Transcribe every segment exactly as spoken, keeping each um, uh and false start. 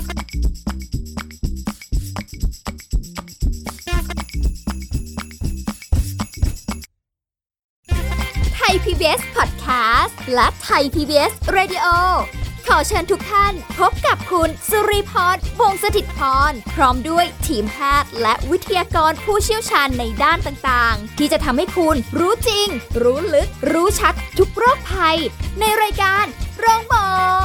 ไทย พี บี เอส Podcast และไทย พี บี เอส Radio ขอเชิญทุกท่านพบกับคุณสุริพร วงศ์สถิตพรพร้อมด้วยทีมแพทย์และวิทยากรผู้เชี่ยวชาญในด้านต่างๆที่จะทำให้คุณรู้จริงรู้ลึกรู้ชัดทุกโรคภัยในรายการโรงหมอ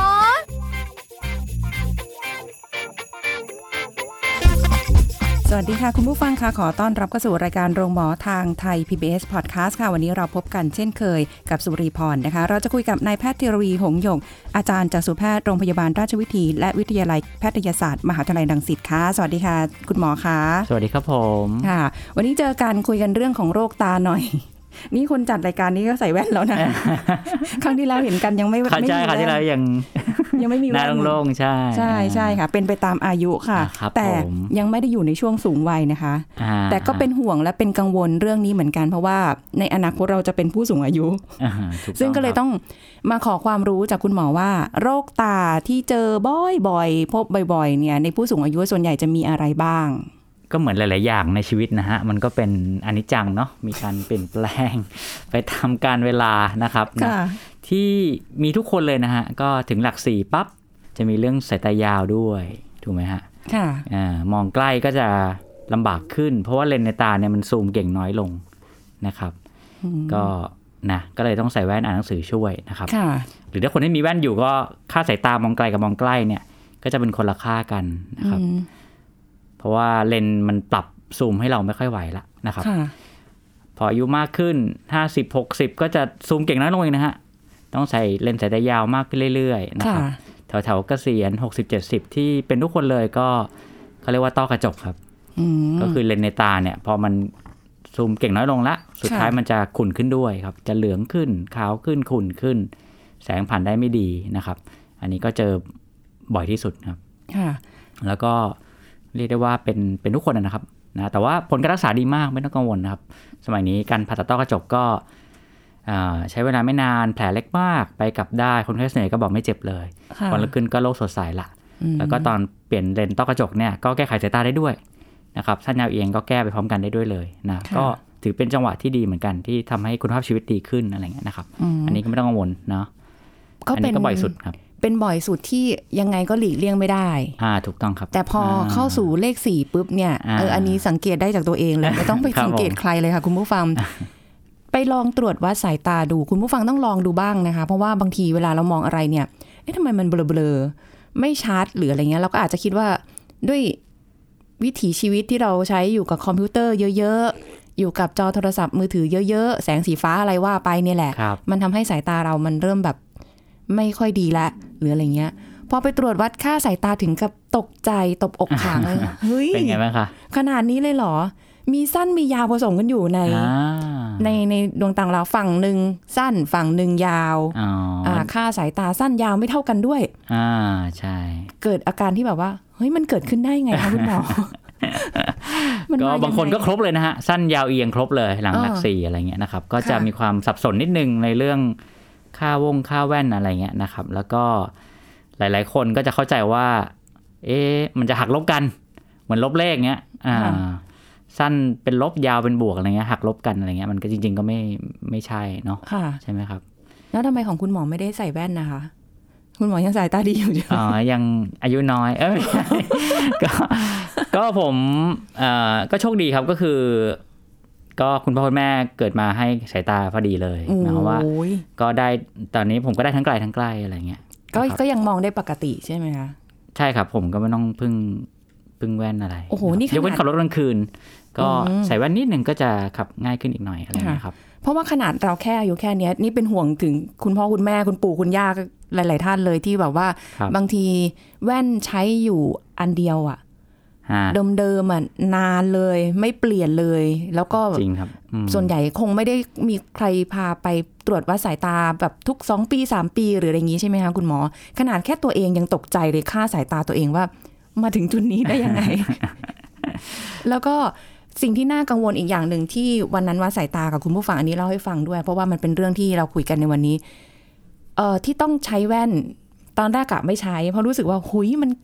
สวัสดีค่ะคุณผู้ฟังค่ะขอต้อนรับเข้าสู่รายการโรงหมอทางไทย พี บี เอส Podcast ค่ะวันนี้เราพบกันเช่นเคยกับสุริพรนะคะเราจะคุยกับนายแพทย์ธีรวีหงส์หยกอาจารย์จักษุแพทย์โรงพยาบาลราชวิถีและวิทยาลัยแพทยศาสตร์มหาวิทยาลัยรังสิตค่ะสวัสดีค่ะคุณหมอคะสวัสดีครับผมค่ะวันนี้เจอกันคุยกันเรื่องของโรคตาหน่อยนี่คนจัดรายการนี้ก็ใส่แว่นแล้วนะ ครั้งที่แล้วเห็นกันยังไม่ไม่ใช่ครั้งที่แล้วยังยังไม่มีแว่นโล่งๆใช่ใช่ใช่ค่ะเป็นไปตามอายุค่ะแต่ยังไม่ได้อยู่ในช่วงสูงวัยนะคะแต่ก็เป็นห่วงและเป็นกังวลเรื่องนี้เหมือนกันเพราะว่าในอนาคตเราจะเป็นผู้สูงอายุซึ่งก็เลยต้องมาขอความรู้จากคุณหมอว่าโรคตาที่เจอบ่อยๆพบบ่อยๆเนี่ยในผู้สูงอายุส่วนใหญ่จะมีอะไรบ้างก็เหมือนหลายๆอย่างในชีวิตนะฮะมันก็เป็นอนิจจังเนาะมีการเปลี่ยนแปลงไปตามกาลเวลานะครับนะที่มีทุกคนเลยนะฮะก็ถึงหลักสี่ปั๊บจะมีเรื่องสายตายาวด้วยถูกไหมฮะค่ะอ่ามองใกล้ก็จะลำบากขึ้นเพราะว่าเลนส์ในตาเนี่ยมันซูมเก่งน้อยลงนะครับก็นะก็เลยต้องใส่แว่นอ่านหนังสือช่วยนะครับหรือถ้าคนที่มีแว่นอยู่ก็ค่าสายตามองไกลกับมองใกล้เนี่ยก็จะเป็นคนละค่ากันนะครับเพราะว่าเลนส์มันปรับซูมให้เราไม่ค่อยไหวละนะครับพออายุมากขึ้นห้าสิบ หกสิบก็จะซูมเก่งน้อยลงเองนะฮะต้องใส่เลนส์สายตายาวมากขึ้นเรื่อยๆนะครับแถวๆเกษียณ หกสิบ เจ็ดสิบ ที่เป็นทุกคนเลยก็เขาเรียกว่าต้อกระจกครับก็คือเลนส์ในตาเนี่ยพอมันซูมเก่งน้อยลงละสุดท้ายมันจะขุ่นขึ้นด้วยครับจะเหลืองขึ้นขาวขึ้นขุ่นขึ้นแสงผ่านได้ไม่ดีนะครับอันนี้ก็เจอบ่อยที่สุดครับแล้วก็เรียกได้ว่าเป็นเป็นทุกคนนะครับนะแต่ว่าผลการรักษาดีมากไม่ต้องกังวลนะครับสมัยนี้การผ่าตัดต้อกระจกก็ใช้เวลาไม่นานแผลเล็กมากไปกลับได้คนไข้ส่วนใหญ่ก็บอกไม่เจ็บเลยวันรุ่งขึ้นก็โลกสดใสละแล้วก็ตอนเปลี่ยนเลนส์ต้อกระจกเนี่ยก็แก้ไขสายตาได้ด้วยนะครับสั้นยาวเอียงก็แก้ไปพร้อมกันได้ด้วยเลยนะก็ถือเป็นจังหวะที่ดีเหมือนกันที่ทำให้คุณภาพชีวิตดีขึ้นอะไรเงี้ยนะครับอันนี้ก็ไม่ต้องกังวลเนาะอันนี้ก็บ่อยสุดครับเป็นบ่อยสุดที่ยังไงก็หลีกเลี่ยงไม่ได้อ่าถูกต้องครับแต่พอเข้าสู่เลขสี่ปุ๊บเนี่ยเอออันนี้สังเกตได้จากตัวเองเลยไม่ต้องไปสังเกตใครเลยค่ะคุณผู้ฟังไปลองตรวจวัดสายตาดูคุณผู้ฟังต้องลองดูบ้างนะคะเพราะว่าบางทีเวลาเรามองอะไรเนี่ยเอ๊ะทำไมมันเบลอๆไม่ชัดหรืออะไรเงี้ยเราก็อาจจะคิดว่าด้วยวิถีชีวิตที่เราใช้อยู่กับคอมพิวเตอร์เยอะๆอยู่กับจอโทรศัพท์มือถือเยอะๆแสงสีฟ้าอะไรว่าไปเนี่ยแหละมันทำให้สายตาเรามันเริ่มแบบไม่ค่อยดีละหรืออะไรเงี้ยพอไปตรวจวัดค่าสายตาถึงกับตกใจตบอกขางเลยเฮ้ยเป็นไงบ้างคะขนาดนี้เลยเหรอมีสั้นมียาวผสมกันอยู่ในในในดวงตาเราฝั่งหนึ่งสั้นฝั่งหนึ่งยาวอ่าค่าสายตาสั้นยาวไม่เท่ากันด้วยอ่าใช่เกิดอาการที่แบบว่าเฮ้ยมันเกิดขึ้นได้ไงคะคุณหมอก็บางคนก็ครบเลยนะฮะสั้นยาวเอียงครบเลยหลังหลักสี่อะไรเงี้ยนะครับก็จะมีความสับสนนิดนึงในเรื่องค่าวงค่าแว่นอะไรเงี้ยนะครับแล้วก็หลายๆคนก็จะเข้าใจว่าเอ๊ะมันจะหักลบกันเหมือนลบเลขเงี้ยอ่าสั้นเป็นลบยาวเป็นบวกอะไรเงี้ยหักลบกันอะไรเงี้ยมันก็จริงๆก็ไม่ไม่ใช่เนาะใช่ไหมครับแล้วทำไมของคุณหมอไม่ได้ใส่แว่นนะคะคุณหมอยังสายตาดีอยู่ใช่ไหมอ๋อยังอายุน้อยเออ ก็ก็ผมเอ่อก็โชคดีครับก็คือก็คุณพ่อคุณแม่เกิดมาให้สายตาพอดีเลยหมายความว่าก็ได้ตอนนี้ผมก็ได้ทั้งไกลทั้งใกล้อะไรเงี้ยก็ก็ยังมองได้ปกติใช่ไหมคะใช่ครับผมก็ไม่ต้องพึ่งพึ่งแว่นอะไรโอ้โหนี่ยกเว้นขับรถกลางคืนก็ใส่แว่นนิดนึงก็จะขับง่ายขึ้นอีกหน่อยอะไรนะครับเพราะว่าขนาดเราแค่อายุแค่นี้นี่เป็นห่วงถึงคุณพ่อคุณแม่คุณปู่คุณย่าหลายๆท่านเลยที่แบบว่าบางทีแว่นใช้อยู่อันเดียวอ่ะเดิมๆอ่ะนานเลยไม่เปลี่ยนเลยแล้วก็จริงครับส่วนใหญ่คงไม่ได้มีใครพาไปตรวจวัดสายตาแบบทุกสองปีสามปีหรืออะไรอย่างงี้ใช่ไหมคะคุณหมอขนาดแค่ตัวเองยังตกใจเลยค่าสายตาตัวเองว่ามาถึงจุดนี้ได้ยังไง แล้วก็สิ่งที่น่ากังวลอีกอย่างหนึ่งที่วันนั้นวัดสายตากับคุณผู้ฟังอันนี้เล่าให้ฟังด้วยเพราะว่ามันเป็นเรื่องที่เราคุยกันในวันนี้เอ่อที่ต้องใช้แว่นตอนแรกอะไม่ใช้เพราะรู้สึกว่าหุยมัน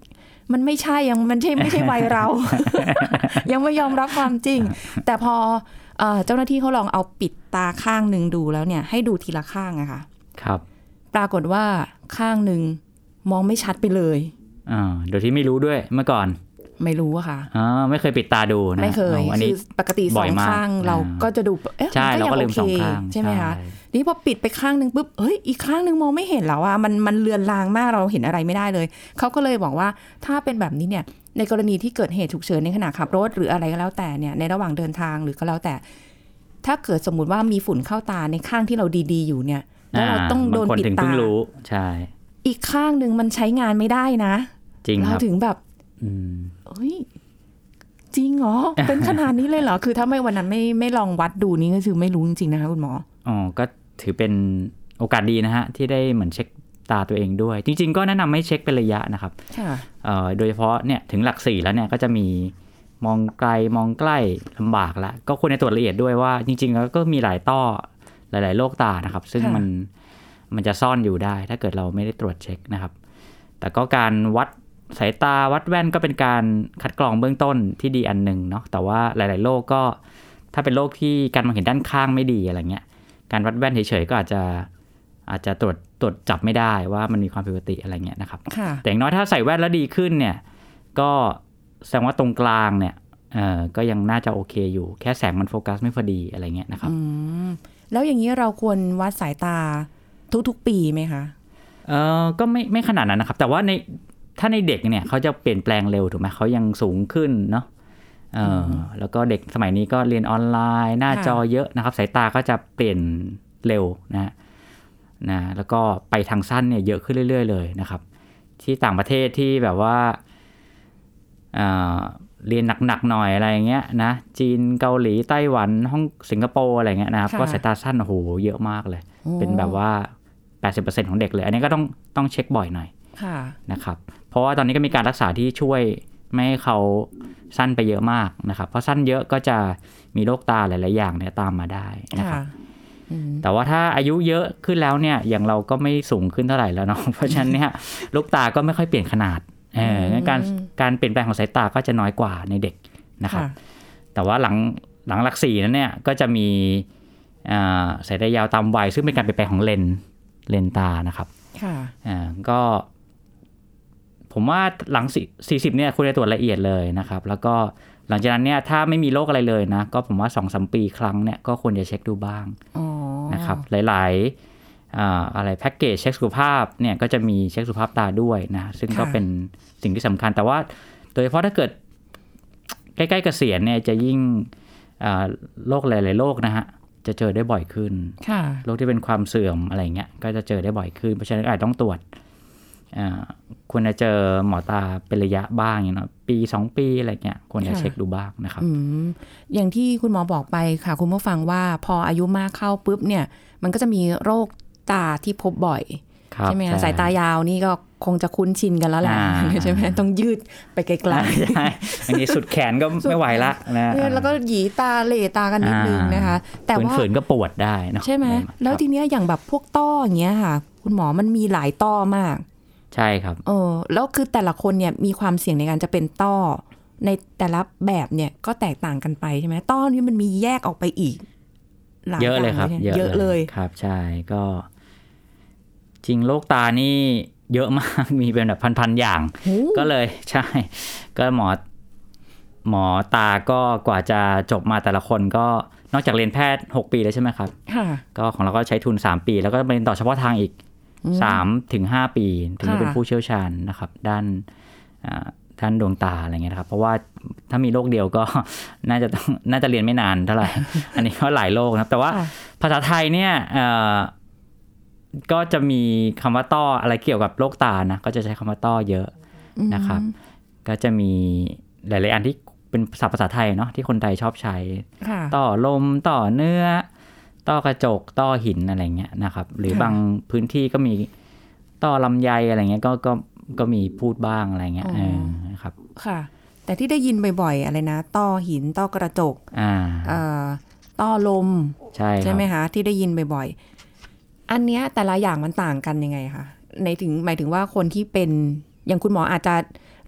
มันไม่ใช่ยังมันใช่ไม่ใช่วัยเรา ยังไม่ยอมรับความจริงแต่พอเอ่อเจ้าหน้าที่เขาลองเอาปิดตาข้างนึงดูแล้วเนี่ยให้ดูทีละข้างอะค่ะครับปรากฏว่าข้างนึงมองไม่ชัดไปเลยอ่าโดยที่ไม่รู้ด้วยเมื่อก่อนไม่รู้อะค่ะอ๋อไม่เคยปิดตาดูนะไม่เคยคือปกติสองข้างเราก็จะดูเอ๊ะมันก็ยังโอเคใช่ไหมคะนี่พอปิดไปข้างนึงปุ๊บเอ้ยอีกข้างนึงมองไม่เห็นแล้วอะมันมันเลือนลางมากเราเห็นอะไรไม่ได้เลยเขาก็เลยบอกว่าถ้าเป็นแบบนี้เนี่ยในกรณีที่เกิดเหตุฉุกเฉินในขณะขับรถหรืออะไรก็แล้วแต่เนี่ยในระหว่างเดินทางหรือก็แล้วแต่ถ้าเกิดสมมุติว่ามีฝุ่นเข้าตาในข้างที่เราดีๆอยู่เนี่ยแล้วเราต้องโดนปิดตาใช่อีกข้างนึงมันใช้งานไม่ได้นะจริงครับเราถึงแบบเฮ้ยจริงเหรอ เป็นขนาดนี้เลยเหรอคือถ้าไม่วันนั้นไม่ไม่ลองวัดดูนี่ก็คือไม่รู้จริงๆนะคะคุณหมออ๋อก็ถือเป็นโอกาสดีนะฮะที่ได้เหมือนเช็คตาตัวเองด้วยจริงๆก็แนะนำให้เช็คเป็นระยะนะครับโดยเฉพาะเนี่ยถึงหลักสี่แล้วเนี่ยก็จะมีมองไกลมองใกล้ลำบากแล้วก็ควรจะตรวจละเอียดด้วยว่าจริงๆแล้วก็มีหลายต้อหลายๆโรคตานะครับซึ่งมันมันจะซ่อนอยู่ได้ถ้าเกิดเราไม่ได้ตรวจเช็คนะครับแต่ก็การวัดสายตาวัดแว่นก็เป็นการคัดกรองเบื้องต้นที่ดีอันหนึ่งเนาะแต่ว่าหลายๆโรคก็ถ้าเป็นโรคที่การมองเห็นด้านข้างไม่ดีอะไรเงี้ยการวัดแว่นเฉยๆก็อาจจะอาจจะตรวจตรวจจับไม่ได้ว่ามันมีความผิดปกติอะไรเงี้ยนะครับแต่อย่างน้อยถ้าใส่แว่นแล้วดีขึ้นเนี่ยก็แสดงว่าตรงกลางเนี่ยเอ่อก็ยังน่าจะโอเคอยู่แค่แสงมันโฟกัสไม่พอดีอะไรเงี้ยนะครับแล้วอย่างนี้เราควรวัดสายตาทุกๆปีไหมคะเออก็ไม่ไม่ขนาดนั้นนะครับแต่ว่าในถ้าในเด็กเนี่ยเขาจะเปลี่ยนแปลงเร็วถูกไหมเขายังสูงขึ้นเนาะเออแล้วก็เด็กสมัยนี้ก็เรียนออนไลน์หน้าจอเยอะนะครับสายตาก็จะเปลี่ยนเร็วนะนะแล้วก็ไปทางสั้นเนี่ยเยอะขึ้นเรื่อยๆเลยนะครับที่ต่างประเทศที่แบบว่าเอ่อเรียนหนักๆหน่อยอะไรเงี้ยนะจีนเกาหลีไต้หวันฮ่องสิงคโปร์อะไรเงี้ยนะครับก็สายตาสั้นโอ้โหเยอะมากเลยเป็นแบบว่า แปดสิบเปอร์เซ็นต์ ของเด็กเลยอันนี้ก็ต้องต้องเช็คบ่อยหน่อยนะครับเพราะว่าตอนนี้ก็มีการรักษาที่ช่วยไม่ให้เขาสั้นไปเยอะมากนะครับเพราะสั้นเยอะก็จะมีโรคตาหลายๆอย่างเนี่ยตามมาได้นะครับแต่ว่าถ้าอายุเยอะขึ้นแล้วเนี่ยอย่างเราก็ไม่สูงขึ้นเท่าไหร่แล้วเนาะเพราะฉะนั้นเนี่ยลูกตาก็ไม่ค่อยเปลี่ยนขนาดเออการการเปลี่ยนแปลงของสายตาก็จะน้อยกว่าในเด็กนะครับแต่ว่าหลังหลังหลักสี่นั้นเนี่ยก็จะมีสายตายาวตามวัยซึ่งเป็นการเปลี่ยนแปลงของเลนเลนตานะครับอ่าก็ผมว่าหลังสี่สิบเนี่ยควรจะตรวจละเอียดเลยนะครับแล้วก็หลังจากนั้นเนี่ยถ้าไม่มีโรคอะไรเลยนะก็ผมว่า สองถึงสาม ปีครั้งเนี่ยก็ควรจะเช็คดูบ้างนะครับหลายๆอ่าอะไรแพ็กเกจเช็คสุขภาพเนี่ยก็จะมีเช็คสุขภาพตาด้วยนะซึ่งก็เป็นสิ่งที่สำคัญแต่ว่าโดยเฉพาะถ้าเกิดใกล้ๆเกษียณเนี่ยจะยิ่งอ่าโรคหลายๆโรคนะฮะจะเจอได้บ่อยขึ้นโรคที่เป็นความเสื่อมอะไรเงี้ยก็จะเจอได้บ่อยขึ้นเพราะฉะนั้นอาจต้องตรวจควรจะเจอหมอตาเป็นระยะบ้างอย่างเนาะปีสองปีอะไรเงี้ยควรจะเช็คดูบ้างนะครับอ, อย่างที่คุณหมอบอกไปค่ะคุณผู้ฟังว่าพออายุมากเข้าปุ๊บเนี่ยมันก็จะมีโรคตาที่พบบ่อยใช่ไหมสายตายาวนี่ก็คงจะคุ้นชินกันแล้วแหละใช่ไหมต้องยืดไปไกลๆใช่อันนี้สุดแขนก็ไม่ไหวละนะแล้วก็หยีตาเหล่ตากันนิดนึงนะคะแต่ว่าฝืนๆก็ปวดได้นะใช่ไหมแล้วทีเนี้ยอย่างแบบพวกต้ออย่างเงี้ยค่ะคุณหมอมันมีหลายต้อมากใช่ครับเออแล้วคือแต่ละคนเนี่ยมีความเสี่ยงในการจะเป็นต้อในแต่ละแบบเนี่ยก็แตกต่างกันไปใช่ไหมต้อนี้มันมีแยกออกไปอีกหลายเยอะเลยครับเยอะเลยครับใช่ก็จริงโรคตานี่เยอะมากมีเป็นแบบพันๆอย่างก็เลยใช่ก็หมอหมอตาก็กว่าจะจบมาแต่ละคนก็นอกจากเรียนแพทย์หกปีแล้วใช่ไหมครับก็ของเราก็ใช้ทุนสามปีแล้วก็เรียนต่อเฉพาะทางอีกสามถึงห้าปีถึงจะเป็นผู้เชี่ยวชาญนะครับด้านด้านดวงตาอะไรเงี้ยนะครับเพราะว่าถ้ามีโรคเดียวก็น่าจะต้องน่าจะเรียนไม่นานเท่าไหร่ อันนี้ก็หลายโรคนะแต่ว่าภาษาไทยเนี่ยก็จะมีคำว่าต้ออะไรเกี่ยวกับโรคตานะก็จะใช้คำว่าต้อเยอะนะครับก็จะมีหลายๆอันที่เป็นศัพท์ภาษาไทยเนาะที่คนไทยชอบใช้ต้อลมต้อเนื้อต้อกระจกต้อหินอะไรเงี้ยนะครับหรือบางพื้นที่ก็มีต้อลำไยอะไรเงี้ยก็ก็ก็มีพูดบ้างอะไรเงี้ยนะครับค่ะแต่ที่ได้ยินบ่อยๆอะไรนะต้อหินต้อกระจกอ่าเอ่อต้อลมใช่ใช่ไหมคะที่ได้ยินบ่อยๆอันเนี้ยแต่ละอย่างมันต่างกันยังไงคะในถึงหมายถึงว่าคนที่เป็นอย่างคุณหมออาจจะ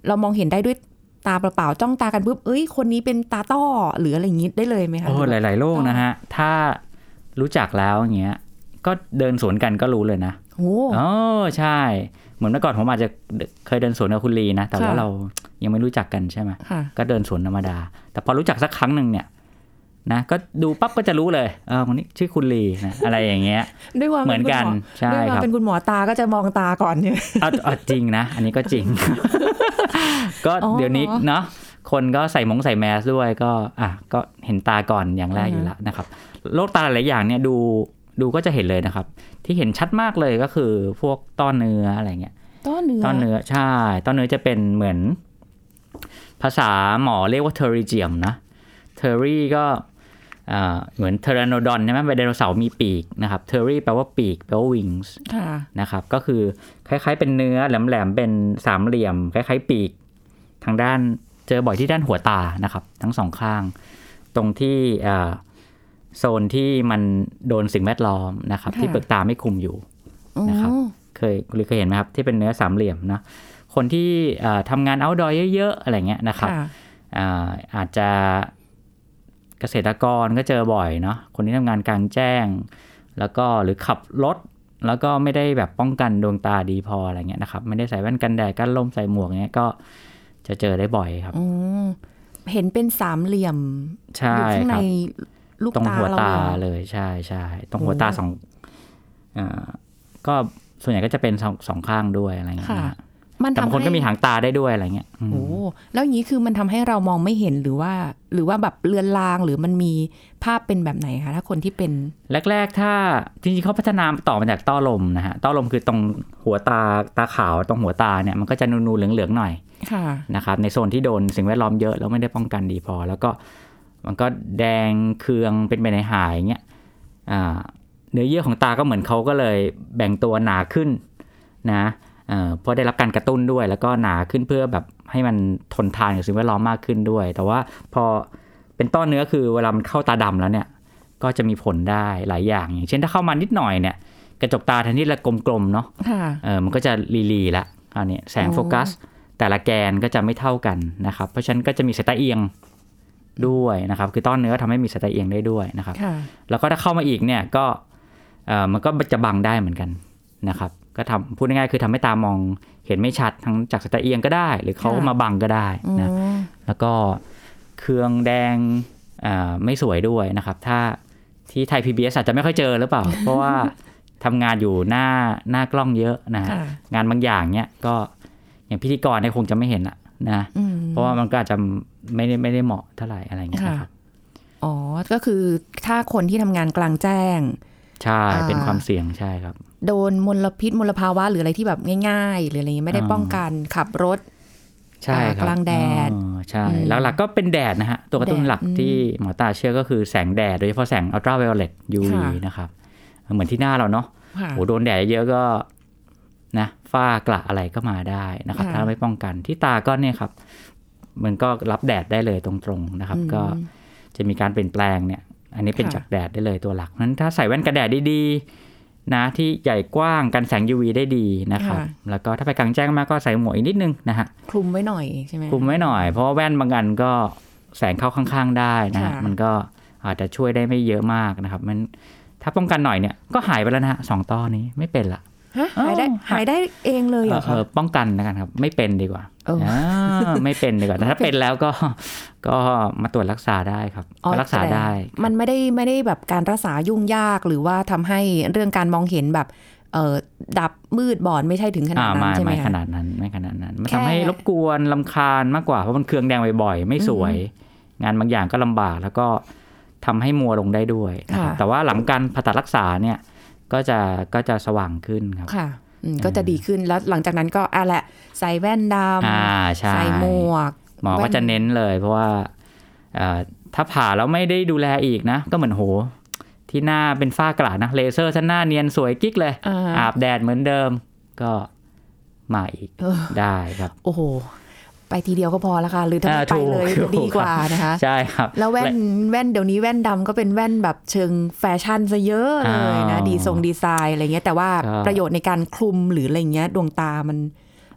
เรามองเห็นได้ด้วยตาเปล่าๆจ้องตากันปุ๊บเอ้ยคนนี้เป็นตาต้อหรืออะไรอย่างงี้ได้เลยไหมคะโอ้หลายๆโลกนะฮะถ้ารู้จักแล้วอย่างเงี้ยก็เดินสวนกันก็รู้เลยนะโอ้อ๋อใช่เหมือนเมื่อก่อนผมอาจจะเคยเดินสวนกับคุณลีนะแต่ว่าเรายังไม่รู้จักกันใช่ไหมก็เดินสวนธรรมดาแต่พอรู้จักสักครั้งหนึ่งเนี่ยนะก็ดูปั๊บก็จะรู้เลยเออคนนี้ชื่อคุณลีนะอะไรอย่างเงี้ยเหมือนกันใช่ครับด้วยความเป็นคุณหมอตาก็จะมองตาก่อนเนี่ยอ๋อจริงนะอันนี้ก็จริง ก็เดี๋ยวนี้เนาะคนก็ใส่มงใส่แมสด้วยก็อ่ะก็เห็นตาก่อนอย่างแรกอยู่แล้วนะครับโรคตาหลายอย่างเนี่ยดูดูก็จะเห็นเลยนะครับที่เห็นชัดมากเลยก็คือพวกต้อเนื้ออะไรเงี้ยต้อเนื้อต้อเนื้อใช่ต้อเนื้อจะเป็นเหมือนภาษาหมอเรียกว่าเทอริเจียมนะเทอรีก็เหมือนเทอราโนดอนใช่ไหมเป็นไดโนเสาร์มีปีกนะครับเทอรีแปลว่าปีกแปลว่า wings นะครับก็คือคล้ายๆเป็นเนื้อแหลมๆเป็นสามเหลี่ยมคล้ายๆปีกทางด้านเจอบ่อยที่ด้านหัวตานะครับทั้งสองข้างตรงที่โซนที่มันโดนสิ่งแวดล้อมนะครับที่เปลือกตาไม่คุมอยู่นะครับเคยคุณเคยเห็นไหมครับที่เป็นเนื้อสามเหลี่ยมนะคนที่ทำงาน outdoor เยอะๆอะไรเงี้ยนะครับอาจจะเกษตรกรก็เจอบ่อยเนาะคนที่ทำงานกลางแจ้งแล้วก็หรือขับรถแล้วก็ไม่ได้แบบป้องกันดวงตาดีพออะไรเงี้ยนะครับไม่ได้ใส่แว่นกันแดดกันลมใส่หมวกเงี้ยก็จะเจอได้บ่อยครับเห็นเป็นสามเหลี่ยมอยู่ข้างในลูกตาเราตรงหัวตาเลยใช่ใช่ตรงหัวตาสองอ่าก็ส่วนใหญ่ก็จะเป็นสองสองข้างด้วยอะไรเงี้ยแต่บางคนก็มีหางตาได้ด้วยอะไรเงี้ยโอ้แล้วอย่างนี้คือมันทำให้เรามองไม่เห็นหรือว่าหรือว่าแบบเลือนลางหรือมันมีภาพเป็นแบบไหนคะถ้าคนที่เป็นแรกๆถ้าจริงๆเขาพัฒนาต่อมาจากต้อลมนะฮะต้อลมคือตรงหัวตาตาขาวตรงหัวตาเนี่ยมันก็จะนูนๆเหลืองๆหน่อยนะครับในโซนที่โดนสิ่งแวดล้อมเยอะแล้วไม่ได้ป้องกันดีพอแล้วก็มันก็แดงเคืองเป็นใบในหายอย่างเงี้ยเนื้อเยื่อของตาก็เหมือนเขาก็เลยแบ่งตัวหนาขึ้นนะเพราะได้รับการกระตุ้นด้วยแล้วก็หนาขึ้นเพื่อแบบให้มันทนทานกับสิ่งแวดล้อมมากขึ้นด้วยแต่ว่าพอเป็นต้อเนื้อคือเวลามันเข้าตาดำแล้วเนี่ยก็จะมีผลได้หลายอย่างอย่างเช่นถ้าเข้ามานิดหน่อยเนี่ยกระจกตาแทนที่จะกลมๆเนาะเออมันก็จะลีๆละอันนี้แสงโฟกัสแต่ละแกนก็จะไม่เท่ากันนะครับเพราะฉะนั้นก็จะมีสายตาเอียงด้วยนะครับคือต้อเนื้อทำให้มีสายตาเอียงได้ด้วยนะครับแล้วก็ถ้าเข้ามาอีกเนี่ยก็เออมันก็จะบังได้เหมือนกันนะครับก็ทำพูดง่ายๆคือทำให้ตามองเห็นไม่ชัดทั้งจากสายตาเอียงก็ได้หรือเขามาบังก็ได้นะแล้วก็เคืองแดงไม่สวยด้วยนะครับถ้าที่ไทย พี บี เอส อาจจะไม่ค่อยเจอหรือเปล่า เพราะว่าทำงานอยู่หน้าหน้ากล้องเยอะนะงานบางอย่างเนี้ยก็อย่างพิธีกรเนี่ยคงจะไม่เห็นละนะเพราะว่ามันก็อาจจะไม่ได้ไม่ได้เหมาะเท่าไหร่อะไรเงี้ยนะครับอ๋อก็คือถ้าคนที่ทำงานกลางแจ้งใช่เป็นความเสี่ยงใช่ครับโดนมลพิษมลภาวะหรืออะไรที่แบบง่ายๆหรืออะไรไม่ได้ป้องกันขับรถใช่ครับกลางแดดใช่แล้วหลักก็เป็นแดดนะฮะตัวกระตุ้นหลักที่หมอตาเชื่อก็คือแสงแดดโดยเฉพาะแสงอัลตราไวโอเลต ยู วี นะครับเหมือนที่หน้าเราเนาะโหโดนแดดเยอะก็นะฝ้ากระอะไรก็มาได้นะครับถ้าไม่ป้องกันที่ตาก็เนี่ยครับมันก็รับแดดได้เลยตรงๆนะครับก็จะมีการเปลี่ยนแปลงเนี่ยอันนี้เป็นจากแดดได้เลยตัวหลักนั้นถ้าใส่แว่นกันแดดดีๆนะที่ใหญ่กว้างกันแสง ยู วี ได้ดีนะครับแล้วก็ถ้าไปกลางแจ้งมากก็ใส่หมวกอีกนิดนึงนะฮะคลุมไว้หน่อยใช่ไหมคลุมไว้หน่อยเพราะว่าแว่นบางอันก็แสงเข้าข้างๆได้นะมันก็อาจจะช่วยได้ไม่เยอะมากนะครับมันถ้าป้องกันหน่อยเนี่ยก็หายไปแล้วนะฮะสองต้อนี้ไม่เป็นละหายได้หายได้เองเลยเหรอคะป้องกันนะครับครับไม่เป็นดีกว่าไม่เป็นดีกว่าแต่ถ้าเป็นแล้วก็ก็มาตรวจรักษาได้ครับก็รักษาได้มันไม่ได้ไม่ได้แบบการรักษายุ่งยากหรือว่าทำให้เรื่องการมองเห็นแบบเอ่อดับมืดบอดไม่ใช่ถึงขนาดนั้นใช่ไหมคะไม่ขนาดนั้นไม่ขนาดนั้นมันทำให้รบกวนรำคาญมากกว่าเพราะมันเคืองแดงบ่อยๆไม่สวยงานบางอย่างก็ลำบากแล้วก็ทำให้มัวลงได้ด้วยแต่ว่าหลังการผ่าตัดรักษาเนี่ยก็จะก็จะสว่างขึ้นครับค่ะก็จะดีขึ้นแล้วหลังจากนั้นก็อ่ะแหละใส่แว่นดำใส่หมวกหมอก็จะเน้นเลยเพราะว่าถ้าผ่าแล้วไม่ได้ดูแลอีกนะก็เหมือนโหที่หน้าเป็นฝ้ากระนะเลเซอร์ท่านหน้าเนียนสวยกิ๊กเลยอาบแดดเหมือนเดิมก็มาอีกได้ครับโอ้โหไปทีเดียวก็พอแล้วค่ะหรือถ้าไปเลยดีกว่านะคะใช่ครับแล้วแว่นแว่นเดี๋ยวนี้แว่นดำก็เป็นแว่นแบบเชิงแฟชั่นซะเยอะเลยนะดีทรงดีไซน์อะไรเงี้ยแต่ว่าประโยชน์ในการคลุมหรืออะไรเงี้ยดวงตามัน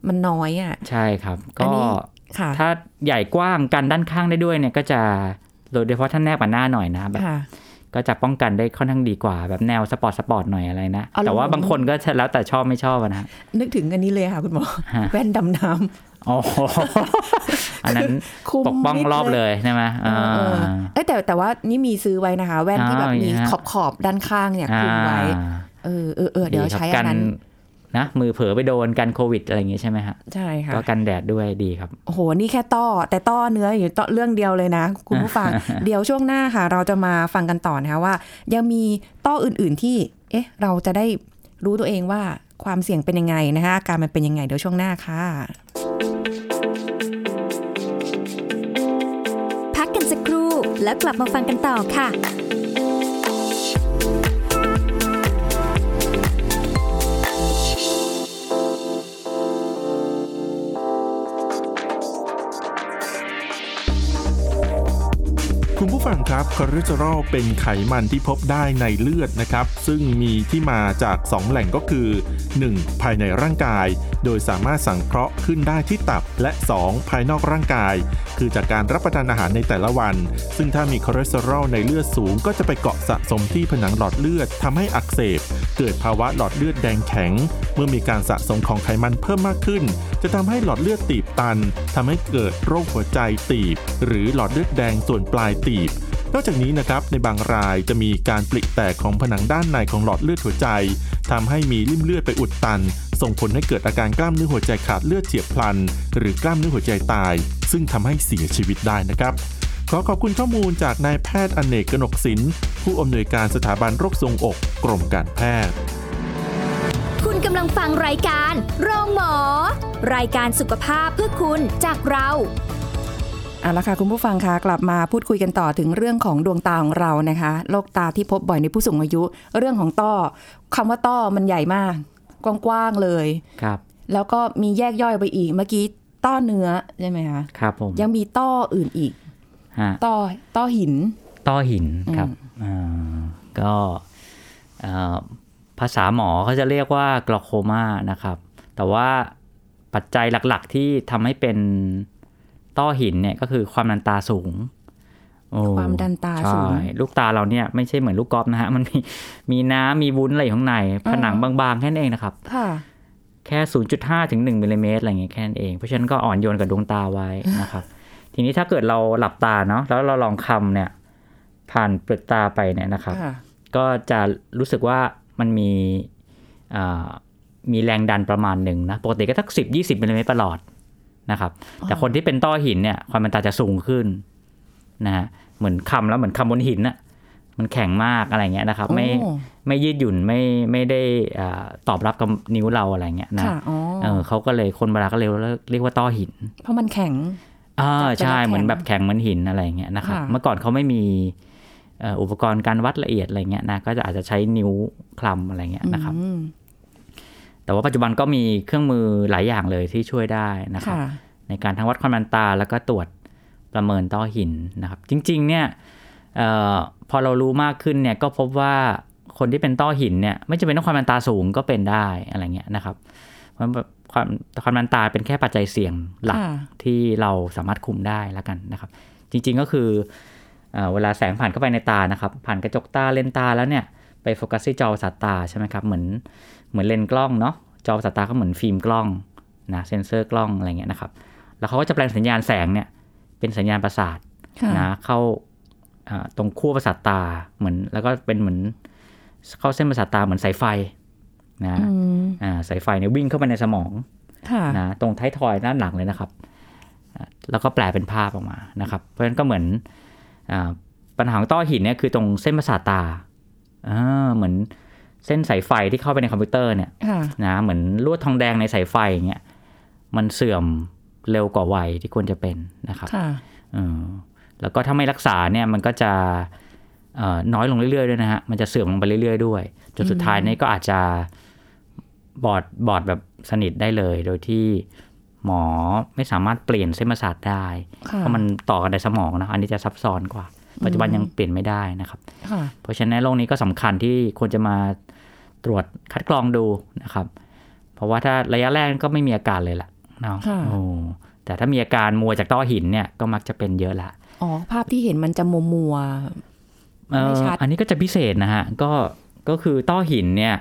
มันน้อยอ่ะใช่ครับก็ถ้าใหญ่กว้างกันด้านข้างได้ด้วยเนี่ยก็จะโดยเฉพาะท่านแนบกับหน้าหน่อยนะแบบก็จะป้องกันได้ค่อนข้างดีกว่าแบบแนวสปอร์ตสปอร์ตหน่อยอะไรนะแต่ว่าบางคนก็แล้วแต่ชอบไม่ชอนะนึกถึงอันนี้เลยค่ะคุณหมอแว่นดำน้ำอ๋ออันนั้นปกป้องรอบเลยใช่ไหมเออแต่แต่ว่านี่มีซื้อไว้นะคะแว่นที่แบบมีขอบขอบด้านข้างเนี่ยคุมไว้เออเออเออเดี๋ยวใช้อันนั้นนะมือเผลอไปโดนกันโควิดอะไรอย่างงี้ใช่ไหมฮะใช่ค่ะก็กันแดดด้วยดีครับโอ้โหนี่แค่ต้อแต่ต้อเนื้ออยู่ต้อเรื่องเดียวเลยนะคุณผู้ฟัง เดี๋ยวช่วงหน้าค่ะเราจะมาฟังกันต่อนะคะว่ายังมีต้ออื่นๆที่เอ๊ะเราจะได้รู้ตัวเองว่าความเสี่ยงเป็นยังไงนะคะอาการมันเป็นยังไงเดี๋ยวช่วงหน้าค่ะพักกันสักครู่แล้วกลับมาฟังกันต่อค่ะคุณผู้ฟังครับคอเลสเตอรอลเป็นไขมันที่พบได้ในเลือดนะครับซึ่งมีที่มาจากสองแหล่งก็คือหนึ่งภายในร่างกายโดยสามารถสังเคราะห์ขึ้นได้ที่ตับและสองภายนอกร่างกายคือจากการรับประทานอาหารในแต่ละวันซึ่งถ้ามีคอเลสเตอรอลในเลือดสูงก็จะไปเกาะสะสมที่ผนังหลอดเลือดทำให้อักเสบเกิดภาวะหลอดเลือดแดงแข็งเมื่อมีการสะสมของไขมันเพิ่มมากขึ้นจะทำให้หลอดเลือดตีบตันทำให้เกิดโรคหัวใจตีบหรือหลอดเลือดแดงส่วนปลายตีบนอกจากนี้นะครับในบางรายจะมีการปริแตกของผนังด้านในของหลอดเลือดหัวใจทำให้มีริ่มเลือดไปอุดตันส่งผลให้เกิดอาการกล้ามเนื้อหัวใจขาดเลือดเฉียบพลันหรือกล้ามเนื้อหัวใจตายซึ่งทำให้เสียชีวิตได้นะครับขอขอบคุณข้อมูลจากนายแพทย์อเนกกนกศิลป์ผู้อำนวยการสถาบันโรคทรวงอกกรมการแพทย์คุณกำลังฟังรายการโรงหมอรายการสุขภาพเพื่อคุณจากเราเอาละค่ะคุณผู้ฟังคะกลับมาพูดคุยกันต่อถึงเรื่องของดวงตาของเรานะคะโรคตาที่พบบ่อยในผู้สูงอายุเรื่องของต้อคำว่าต้อมันใหญ่มากกว้างๆเลยครับแล้วก็มีแยกย่อยไปอีกเมื่อกี้ต้อเนื้อใช่ไหมคะครับผมยังมีต้ออื่นอีกต้อต้อหินต้อหินครับก็ภาษาหมอเขาจะเรียกว่ากลอโคมานะครับแต่ว่าปัจจัยหลักๆที่ทำให้เป็นต้อหินเนี่ยก็คือความดันตาสูงความดันตาสูงลูกตาเราเนี่ยไม่ใช่เหมือนลูกกอล์ฟนะฮะมันมีมีน้ำมีวุ้นอะไรอยู่ข้างในผนังบางๆแค่นั้นเองนะครับแค่ ศูนย์จุดห้า ถึงหนึ่งมิลลิเมตรอะไรอย่างเงี้ยแค่นั้นเองเพราะฉะนั้นก็อ่อนโยนกับดวงตาไว้นะครับ ทีนี้ถ้าเกิดเราหลับตาเนาะแล้วเราลองคำเนี่ยผ่านเปลือกตาไปเนี่ยนะครับก็จะรู้สึกว่ามันมีมีแรงดันประมาณหนึ่งนะปกติก็สักสิบ ยี่สิบมิลลิเมตรประหลอดนะครับแต่คนที่เป็นต้อหินเนี่ยความดันตาจะสูงขึ้นนะฮะเหมือนคำแล้วเหมือนคำบนหินน่ะมันแข็งมากอะไรเงี้ยนะครับไม่ไม่ยืดหยุ่นไม่ไม่ได้ตอบรับกับนิ้วเราอะไรเงี้ยนะเออเขาก็เลยคนโบราณก็เลยเรียกว่าต้อหินเพราะมันแข็งอ่าใช่เหมือนแบบแข็งเหมือนหินอะไรเงี้ยนะครับเมื่อก่อนเขาไม่มีอุปกรณ์การวัดละเอียดอะไรเงี้ยนะก็จะอาจจะใช้นิ้วคลำอะไรเงี้ยนะครับแต่ว่าปัจจุบันก็มีเครื่องมือหลายอย่างเลยที่ช่วยได้นะครับในการทั้งวัดความดันตาแล้วก็ตรวจประเมินต้อหินนะครับจริงๆเนี่ยออพอเรารู้มากขึ้นเนี่ยก็พบว่าคนที่เป็นต้อหินเนี่ยไม่จำเป็นต้องความดันตาสูงก็เป็นได้อะไรเงี้ยนะครับเพราะความความดันตาเป็นแค่ปัจจัยเสี่ยงหลักที่เราสามารถคุมได้แล้วกันนะครับจริงๆก็คือเอ่อเวลาแสงผ่านเข้าไปในตานะครับผ่านกระจกตาเลนตาแล้วเนี่ยไปโฟกัสที่จอประสาทตาใช่ไหมครับเหมือนเหมือนเลนส์กล้องเนาะจอประสาทตาก็เหมือนฟิล์มกล้องนะเซ็นเซอร์กล้องอะไรเงี้ยนะครับแล้วเขาก็จะแปลงสัญญาณแสงเนี่ยเป็นสัญญาณประสาทนะเข้าตรงขั้วประสาทตาเหมือนแล้วก็เป็นเหมือนเข้าเส้นประสาทตาเหมือนสายไฟนะอ่าสายไฟเนี่ยวิ่งเข้าไปในสมองนะตรงท้ายทอยด้านหลังเลยนะครับแล้วก็แปลเป็นภาพออกมานะครับเพราะฉะนั้นก็เหมือนปัญหาของต้อหินเนี่ยคือตรงเส้นประสาทตาเหมือนเส้นสายไฟที่เข้าไปในคอมพิวเตอร์เนี่ยนะเหมือนลวดทองแดงในสายไฟอย่างเงี้ยมันเสื่อมเร็วกว่าวัยที่ควรจะเป็นนะครับแล้วก็ถ้าไม่รักษาเนี่ยมันก็จะน้อยลงเรื่อยๆด้วยนะฮะมันจะเสื่อมลงไปเรื่อยๆด้วยจนสุดท้ายนี่ก็อาจจะบอดบอดแบบสนิทได้เลยโดยที่หมอไม่สามารถเปลี่ยนเส้นประสาทได้เพราะมันต่อกันในสมองนะอันนี้จะซับซ้อนกว่าปัจจุบันยังเปลี่ยนไม่ได้นะครับเพราะฉะนั้นโรคนี้ก็สำคัญที่ควรจะมาตรวจคัดกรองดูนะครับเพราะว่าถ้าระยะแรกก็ไม่มีอาการเลยแหละเนาะโอ้แต่ถ้ามีอาการมัวจากต้อหินเนี่ยก็มักจะเป็นเยอะละอ๋อภาพที่เห็นมันจะมัวมัวไม่ชัดอันนี้ก็จะพิเศษนะฮะก็ก็คือต้อหินเนี่ย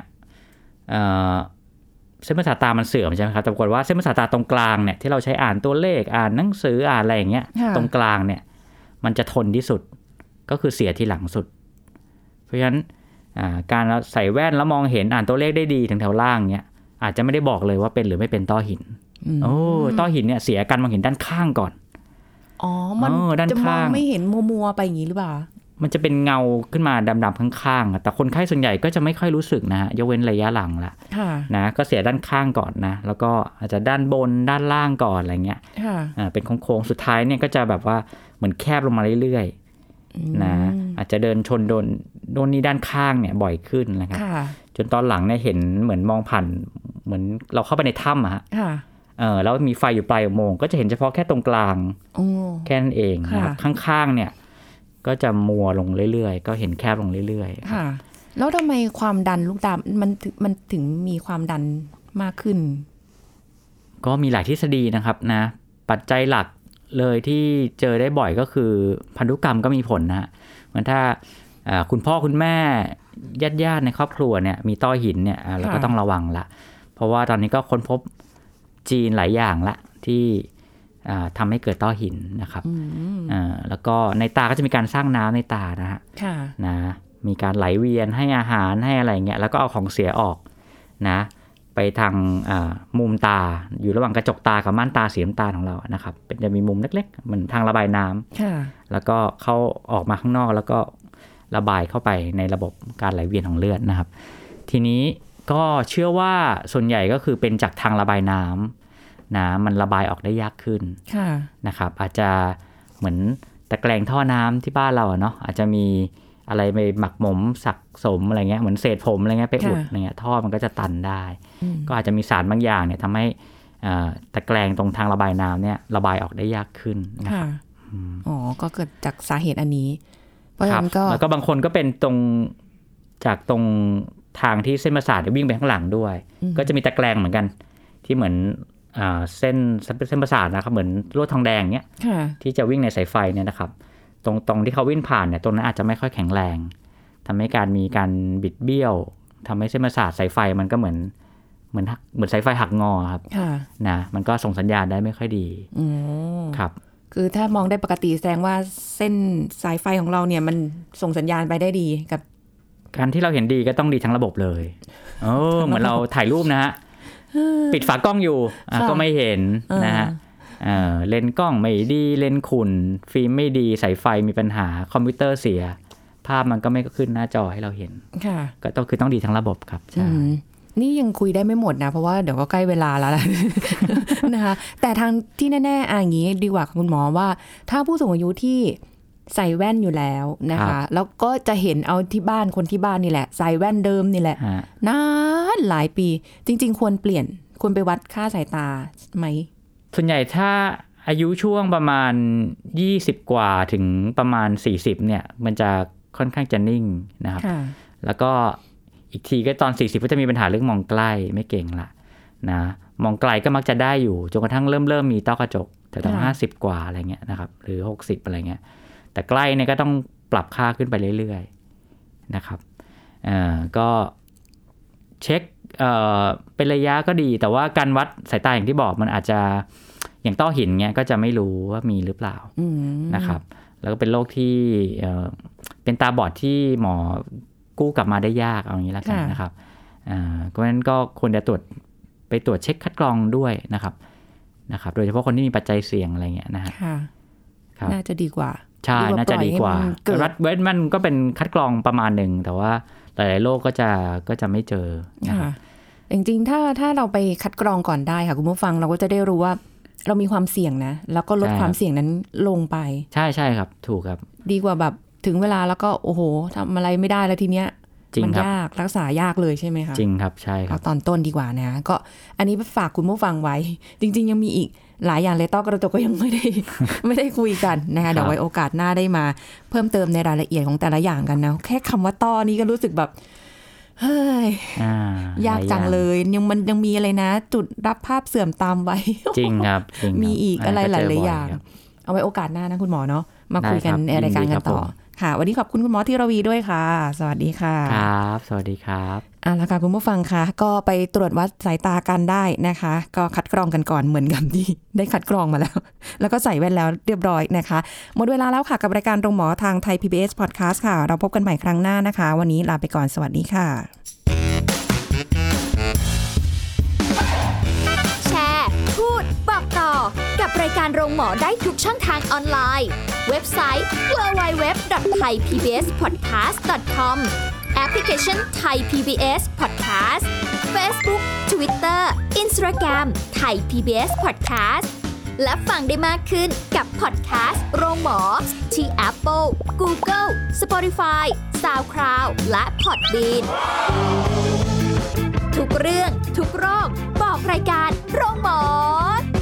เส้นประสาทตามันเสื่อมใช่ไหมครับแต่ปรากฏว่าเส้นประสาทตาตรงกลางเนี่ยที่เราใช้อ่านตัวเลขอ่านหนังสืออ่านอะไรอย่างเงี้ยตรงกลางเนี่ยมันจะทนที่สุดก็คือเสียที่หลังสุดเพราะฉะนั้นการใส่แว่นแล้วมองเห็นอ่านตัวเลขได้ดีถึงแถวล่างเนี่ยอาจจะไม่ได้บอกเลยว่าเป็นหรือไม่เป็นต้อหินโอ้ต้อหินเนี่ยเสียการมองเห็นด้านข้างก่อนอ๋อมันจะมองไม่เห็นมัวๆไปอย่างนี้หรือเปล่ามันจะเป็นเงาขึ้นมาดำๆข้างๆแต่คนไข้ส่วนใหญ่ก็จะไม่ค่อยรู้สึกนะฮะยกเว้นระยะหลังละนะก็เสียด้านข้างก่อนนะแล้วก็อาจจะด้านบนด้านล่างก่อนอะไรเงี้ยเป็นโค้งๆสุดท้ายเนี่ยก็จะแบบว่าเหมือนแคบลงมาเรื่อยๆนะอาจจะเดินชนโดนโดนนี้ด้านข้างเนี่ยบ่อยขึ้นนะครับจนตอนหลังเนี่ยเห็นเหมือนมองผ่านเหมือนเราเข้าไปในถ้ำอะฮะเออแล้วมีไฟอยู่ปลายอุโมงค์ก็จะเห็นเฉพาะแค่ตรงกลางแค่นั้นเองนะครับข้างๆเนี่ยก็จะมัวลงเรื่อยๆก็เห็นแคบลงเรื่อยๆค่ะแล้วทำไมความดันลูกตามันมันถึงมีความดันมากขึ้นก็มีหลายทฤษฎีนะครับนะปัจจัยหลักเลยที่เจอได้บ่อยก็คือพันธุกรรมก็มีผลนะมันถ้าคุณพ่อคุณแม่ญาติๆในครอบครัวเนี่ยมีต้อหินเนี่ยเราก็ต้องระวังละเพราะว่าตอนนี้ก็ค้นพบจีนหลายอย่างละที่ทำให้เกิดต้อหินนะครับแล้วก็ในตาก็จะมีการสร้างน้ำในตานะฮะนะมีการไหลเวียนให้อาหารให้อะไรเงี้ยแล้วก็เอาของเสียออกนะไปทางมุมตาอยู่ระหว่างกระจกตากับม่านตาสีน้ำตาลของเรานะครับเป็นจะมีมุมเล็กๆเหมือนทางระบายน้ำแล้วก็เข้าออกมาข้างนอกแล้วก็ระบายเข้าไปในระบบการไหลเวียนของเลือดนะครับทีนี้ก็เชื่อว่าส่วนใหญ่ก็คือเป็นจากทางระบายน้ำนะมันระบายออกได้ยากขึ้นนะครับอาจจะเหมือนตะแกรงท่อน้ำที่บ้านเราเนาะอาจจะมีอะไรไปหมักหมมสะสมอะไรเงี้ยเหมือนเศษผมอะไรเงี้ยไปอุดอะไรเงี้ยท่อมันก็จะตันได้ก็อาจจะมีสารบางอย่างเนี่ยทำให้ตะแกรงตรงทางระบายน้ำเนี่ยระบายออกได้ยากขึ้นนะครับอ๋อก็เกิดจากสาเหตุอันนี้เพราะฉะนั้นก็แล้วก็บางคนก็เป็นตรงจากตรงทางที่เส้นประสาทวิ่งไปข้างหลังด้วยก็จะมีตะแกรงเหมือนกันที่เหมือนเส้นเส้นประสาทนะครับเหมือนลวดทองแดงเนี้ยที่จะวิ่งในสายไฟเนี่ยนะครับตรงตรงที่เขาวิ่งผ่านเนี่ยตรงนั้นอาจจะไม่ค่อยแข็งแรงทำให้การมีการบิดเบี้ยวทำให้เส้นประสาทสายไฟมันก็เหมือนเหมือนเหมือนสายไฟหักงอครับนะมันก็ส่งสัญญาณได้ไม่ค่อยดีครับคือถ้ามองได้ปกติแสดงว่าเส้นสายไฟของเราเนี่ยมันส่งสัญญาณไปได้ดีกับการที่เราเห็นดีก็ต้องดีทั้งระบบเลยโอ้เหมือนเราถ่ายรูปนะฮะปิดฝากล้องอยู่ก็ไม่เห็นนะฮะเลนส์กล้องไม่ดีเลนส์ขุ่นฟิล์มไม่ดีสายไฟมีปัญหาคอมพิวเตอร์เสียภาพมันก็ไม่ขึ้นหน้าจอให้เราเห็นก็ต้องคือต้องดีทั้งระบบครับใช่นี่ยังคุยได้ไม่หมดนะเพราะว่าเดี๋ยวก็ใกล้เวลาแล้วนะคะแต่ทางที่แน่ๆอย่างนี้ดีกว่าคุณหมอว่าถ้าผู้สูงอายุที่ใส่แว่นอยู่แล้วนะคะแล้วก็จะเห็นเอาที่บ้านคนที่บ้านนี่แหละใส่แว่นเดิมนี่แหละนานหลายปีจริงๆควรเปลี่ยนควรไปวัดค่าสายตาไหมส่วนใหญ่ถ้าอายุช่วงประมาณยี่สิบกว่าถึงประมาณสี่สิบเนี่ยมันจะค่อนข้างจะนิ่งนะครับแล้วก็อีกทีก็ตอนสี่สิบก็จะมีปัญหาเรื่องมองใกล้ไม่เก่งละนะมองไกลก็มักจะได้อยู่จนกระทั่งเริ่มเริ่มมีต้อกระจกแต่ตอนห้าสิบกว่าอะไรเงี้ยนะครับหรือหกสิบอะไรเงี้ยแต่ใกล้เนี่ยก็ต้องปรับค่าขึ้นไปเรื่อยๆนะครับอ่าก็เช็คเอ่อเป็นระยะก็ดีแต่ว่าการวัดสายตาอย่างที่บอกมันอาจจะอย่างต้อหินเงี้ยก็จะไม่รู้ว่ามีหรือเปล่านะครับแล้วก็เป็นโรคที่เอ่อเป็นตาบอดที่หมอกู้กลับมาได้ยากเอาอย่างนี้แล้วกันนะครับอ่าเพราะฉะนั้นก็ควรจะตรวจไปตรวจเช็คคัดกรองด้วยนะครับนะครับโดยเฉพาะคนที่มีปัจจัยเสี่ยงอะไรเงี้ยนะฮะน่าจะดีกว่าใช่น่าจะดีกว่ารัดเวทมันก็เป็นคัดกรองประมาณหนึ่งแต่ว่าหลายๆโรคก็จะก็จะไม่เจอนะคะจริงๆถ้าถ้าเราไปคัดกรองก่อนได้ค่ะคุณผู้ฟังเราก็จะได้รู้ว่าเรามีความเสี่ยงนะแล้วก็ลดความเสี่ยงนั้นลงไปใช่ใช่ครับถูกครับดีกว่าแบบถึงเวลาแล้วก็โอ้โหทำอะไรไม่ได้แล้วทีเนี้ยมันยากรักษายากเลยใช่ไหมคะจริงครับใช่ครับตอนต้นดีกว่านะก็อันนี้ฝากคุณผู้ฟังไว้จริงๆยังมีอีกหลายอย่างเลยต้อกระจกก็ยังไม่ได้ ไม่ได้คุยกันนะคะเดี๋ยวไว้โอกาสหน้าได้มาเพิ่มเติมในรายละเอียดของแต่ละอย่างกันนะแค่คำว่าต้อนี้ก็รู้สึกแบบเฮ้ยยากจังเลยยังมันยังมีอะไรนะจุดรับภาพเสื่อมตามไว้จริงครับมีอีกอะไรหลายๆอย่างเอาไว้โอกาสหน้านะคุณหมอเนาะมาคุยกันในรายการกันต่อค่ะวันนี้ขอบคุณคุณหมอธีรวีด้วยค่ะสวัสดีค่ะครับสวัสดีครับอ่ะแล้วค่ะคุณผู้ฟังคะก็ไปตรวจวัดสายตากันได้นะคะก็คัดกรองกันก่อนเหมือนกับที่ได้คัดกรองมาแล้วแล้วก็ใส่แว่นแล้วเรียบร้อยนะคะหมดเวลาแล้วค่ะกับรายการโรงหมอทางไทย พี บี เอส Podcast ค่ะเราพบกันใหม่ครั้งหน้านะคะวันนี้ลาไปก่อนสวัสดีค่ะแชร์พูดบอกต่อกับรายการโรงหมอได้ทุกช่องทางออนไลน์เว็บไซต์ ดับเบิลยู ดับเบิลยู ดับเบิลยู ดอท ไทย พี บี เอส พอดแคสต์ ดอท คอม แอปพลิเคชัน Thai พี บี เอส Podcast Facebook Twitter Instagram Thai พี บี เอส Podcast และฟังได้มากขึ้นกับ Podcast โรงหมอที่ Apple, Google, Spotify, SoundCloud และ Podbean ทุกเรื่องทุกโรคบอกรายการโรงหมอ